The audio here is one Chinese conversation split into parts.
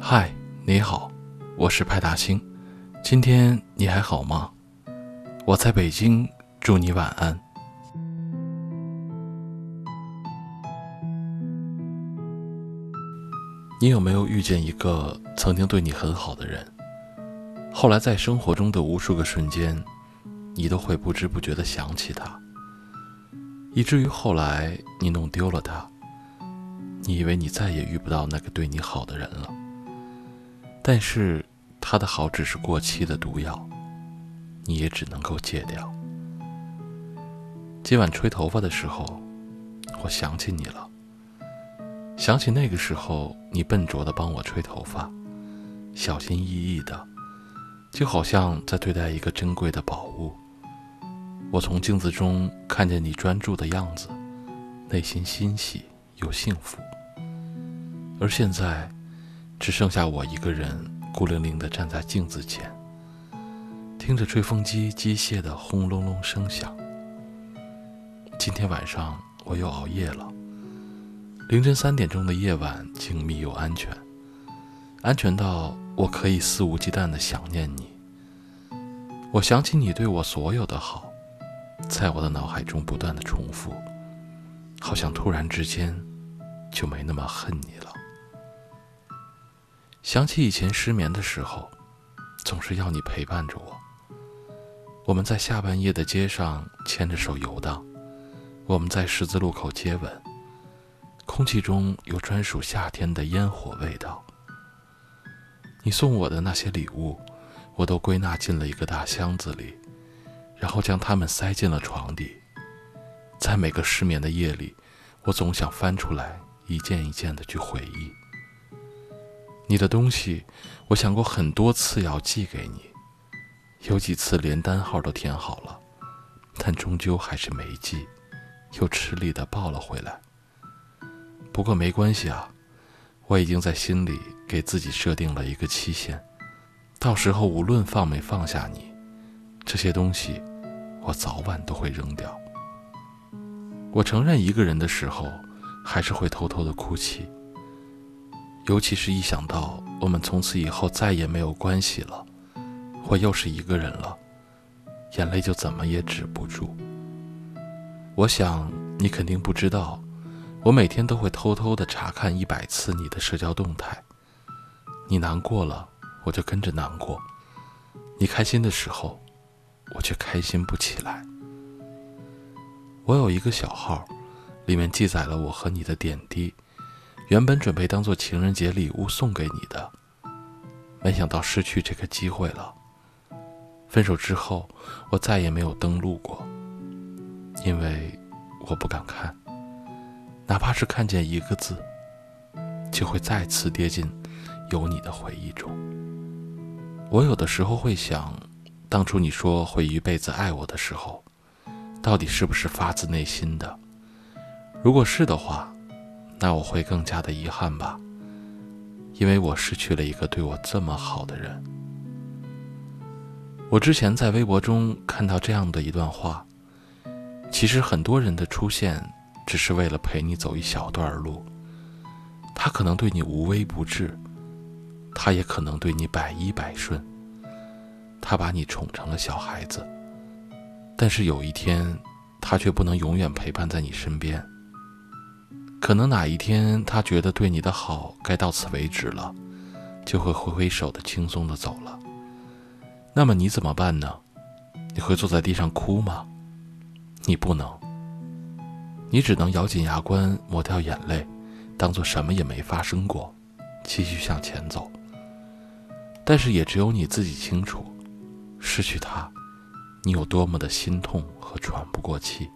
嗨，你好，我是派大星，今天你还好吗？我在北京，祝你晚安。你有没有遇见一个曾经对你很好的人，后来在生活中的无数个瞬间，你都会不知不觉地想起他，以至于后来你弄丢了他，你以为你再也遇不到那个对你好的人了，但是他的好只是过期的毒药，你也只能够戒掉。今晚吹头发的时候，我想起你了，想起那个时候你笨拙地帮我吹头发，小心翼翼的，就好像在对待一个珍贵的宝物。我从镜子中看见你专注的样子，内心欣喜又幸福。而现在只剩下我一个人孤零零地站在镜子前，听着吹风机机械的轰隆隆声响。今天晚上我又熬夜了，凌晨3点钟的夜晚静谧又安全，安全到我可以肆无忌惮地想念你。我想起你对我所有的好，在我的脑海中不断地重复，好像突然之间就没那么恨你了。想起以前失眠的时候，总是要你陪伴着我。我们在下半夜的街上牵着手游荡，我们在十字路口接吻，空气中有专属夏天的烟火味道。你送我的那些礼物，我都归纳进了一个大箱子里，然后将它们塞进了床底。在每个失眠的夜里，我总想翻出来一件一件的去回忆。你的东西我想过很多次要寄给你，有几次连单号都填好了，但终究还是没寄，又吃力地抱了回来。不过没关系啊，我已经在心里给自己设定了一个期限，到时候无论放没放下你，这些东西我早晚都会扔掉。我承认一个人的时候还是会偷偷地哭泣，尤其是一想到我们从此以后再也没有关系了，我又是一个人了，眼泪就怎么也止不住。我想你肯定不知道，我每天都会偷偷地查看100次你的社交动态。你难过了，我就跟着难过；你开心的时候，我却开心不起来。我有一个小号，里面记载了我和你的点滴，原本准备当做情人节礼物送给你的，没想到失去这个机会了。分手之后，我再也没有登录过，因为我不敢看，哪怕是看见一个字，就会再次跌进有你的回忆中。我有的时候会想，当初你说会一辈子爱我的时候，到底是不是发自内心的？如果是的话，那我会更加的遗憾吧，因为我失去了一个对我这么好的人。我之前在微博中看到这样的一段话，其实很多人的出现只是为了陪你走一小段路，他可能对你无微不至，他也可能对你百依百顺，他把你宠成了小孩子，但是有一天他却不能永远陪伴在你身边。可能哪一天他觉得对你的好该到此为止了，就会挥挥手的轻松的走了。那么你怎么办呢？你会坐在地上哭吗？你不能，你只能咬紧牙关，抹掉眼泪，当作什么也没发生过，继续向前走。但是也只有你自己清楚，失去他，你有多么的心痛和喘不过气。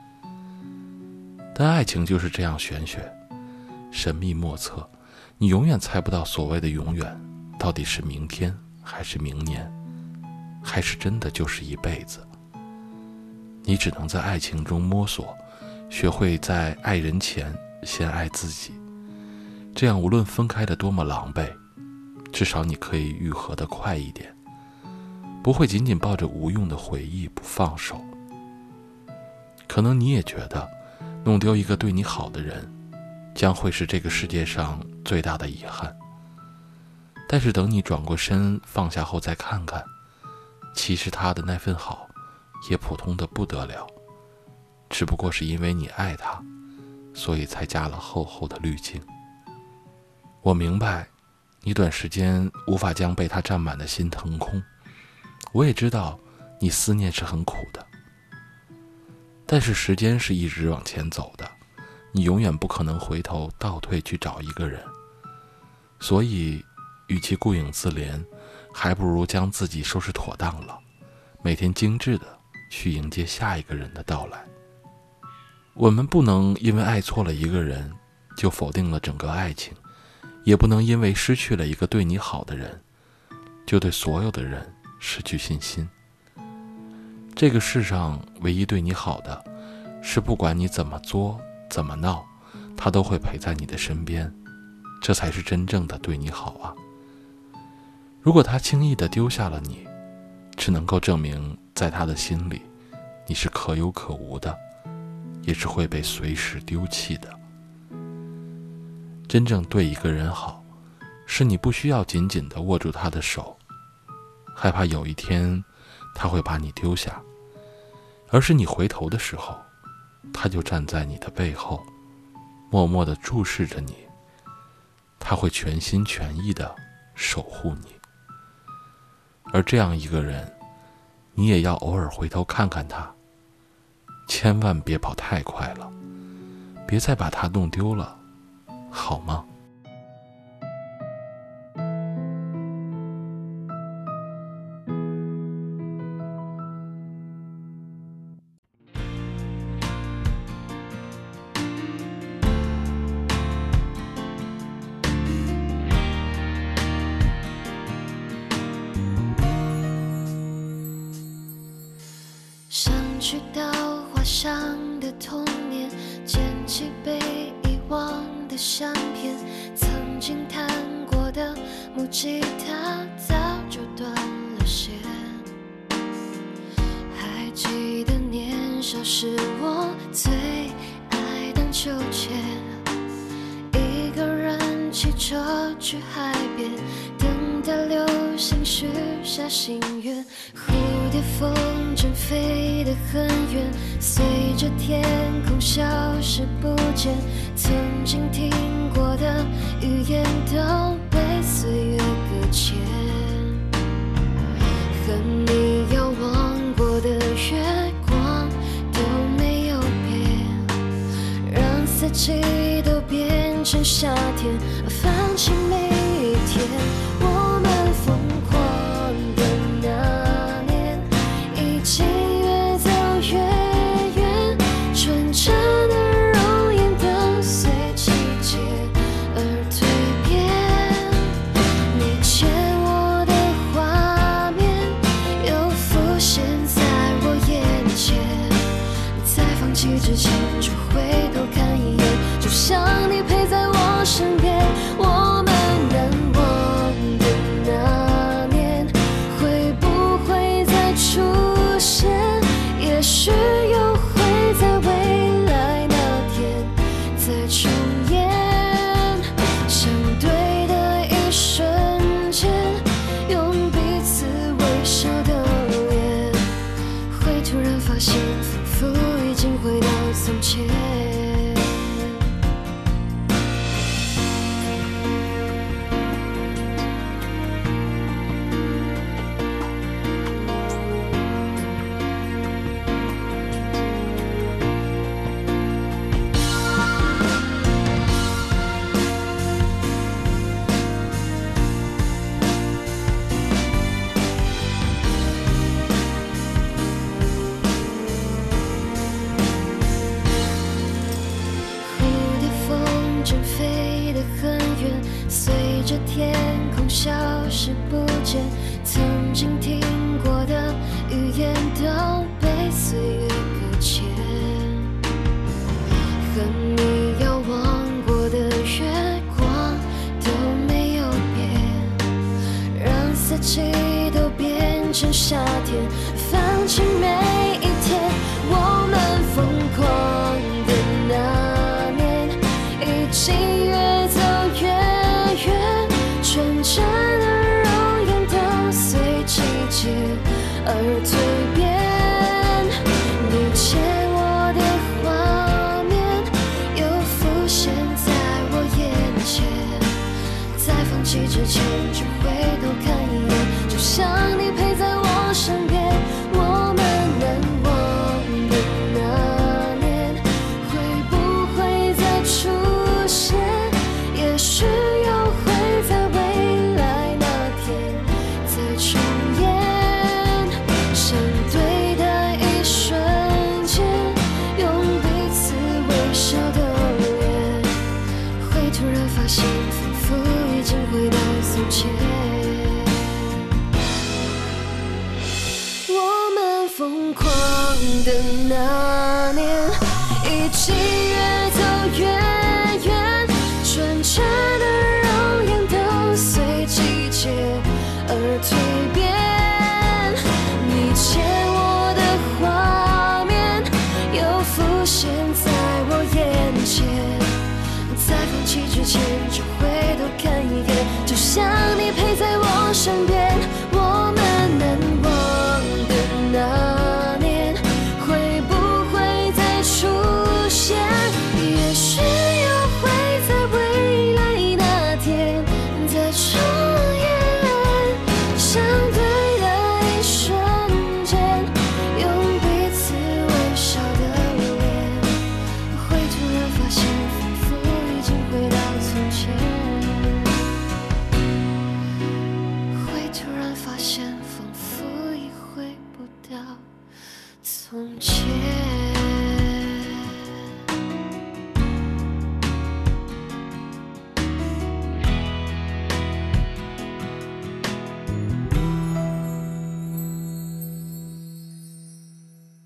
但爱情就是这样玄学，神秘莫测，你永远猜不到所谓的永远到底是明天还是明年，还是真的就是一辈子。你只能在爱情中摸索，学会在爱人前先爱自己，这样无论分开的多么狼狈，至少你可以愈合得快一点，不会仅仅抱着无用的回忆不放手。可能你也觉得弄丢一个对你好的人，将会是这个世界上最大的遗憾。 但是等你转过身放下后再看看，其实他的那份好也普通的不得了，只不过是因为你爱他，所以才加了厚厚的滤镜。我明白你短时间无法将被他占满的心腾空，我也知道你思念是很苦的，但是时间是一直往前走的，你永远不可能回头倒退去找一个人，所以与其顾影自怜，还不如将自己收拾妥当了，每天精致的去迎接下一个人的到来。我们不能因为爱错了一个人就否定了整个爱情，也不能因为失去了一个对你好的人就对所有的人失去信心。这个世上唯一对你好的是，不管你怎么作怎么闹，他都会陪在你的身边，这才是真正的对你好啊。如果他轻易地丢下了你，只能够证明在他的心里你是可有可无的，也是会被随时丢弃的。真正对一个人好，是你不需要紧紧地握住他的手，害怕有一天他会把你丢下，而是你回头的时候，他就站在你的背后，默默地注视着你，他会全心全意地守护你。而这样一个人，你也要偶尔回头看看他，千万别跑太快了，别再把他弄丢了，好吗？ 想去到画上的童年，捡起被遗忘的相片，曾经弹过的木吉他早就断了线。还记得年少时我最爱荡秋千，一个人骑车去海边，等待流星许下心愿，蝴蝶风筝飞得很远，随着天空消失不见，曾经听过的语言都被岁月搁浅，和你遥望过的月光都没有变，让四季都变成夏天，放弃每一天。我们疯狂的那年，已经越走越远，纯真的容颜都随季节而蜕变。你牵我的画面又浮现在我眼前，在放弃之前就回头看一眼，就像你陪在我身边。我们难忘的那年，会不会再出现？也许又会在未来那天再重演。相对的一瞬间，用彼此微笑的脸，会突然发现，仿佛已经回到从前。飞得很远，随着天空消失不见，曾经听过的语言都被岁月搁浅，和你遥望过的月光都没有变，让四季都变成夏天，放弃每一天。我们疯狂的那年，已经越走越远，纯真的而蜕变。你牵我的画面又浮现在我眼前，在放弃之前只回头看一眼，就像你陪在我身边。我们难忘的那年，会不会再出现？也许又会在未来那天再重演。相对的一瞬间，用彼此微笑的脸，会突然发现仿佛已经回到从前。我们疯狂的那年，一起越走越远，纯真的容颜都随季节而蜕变。你牵我的画面又浮现在我眼前，在放弃之前只回头看一眼，就像你陪在我身边。我们难忘的那年，会不会再出现？也许又会在未来那天再重演。相对的一瞬间，用彼此微笑的脸，会突然发现仿佛已经回到从前。会突然发现仿佛已回不到从前。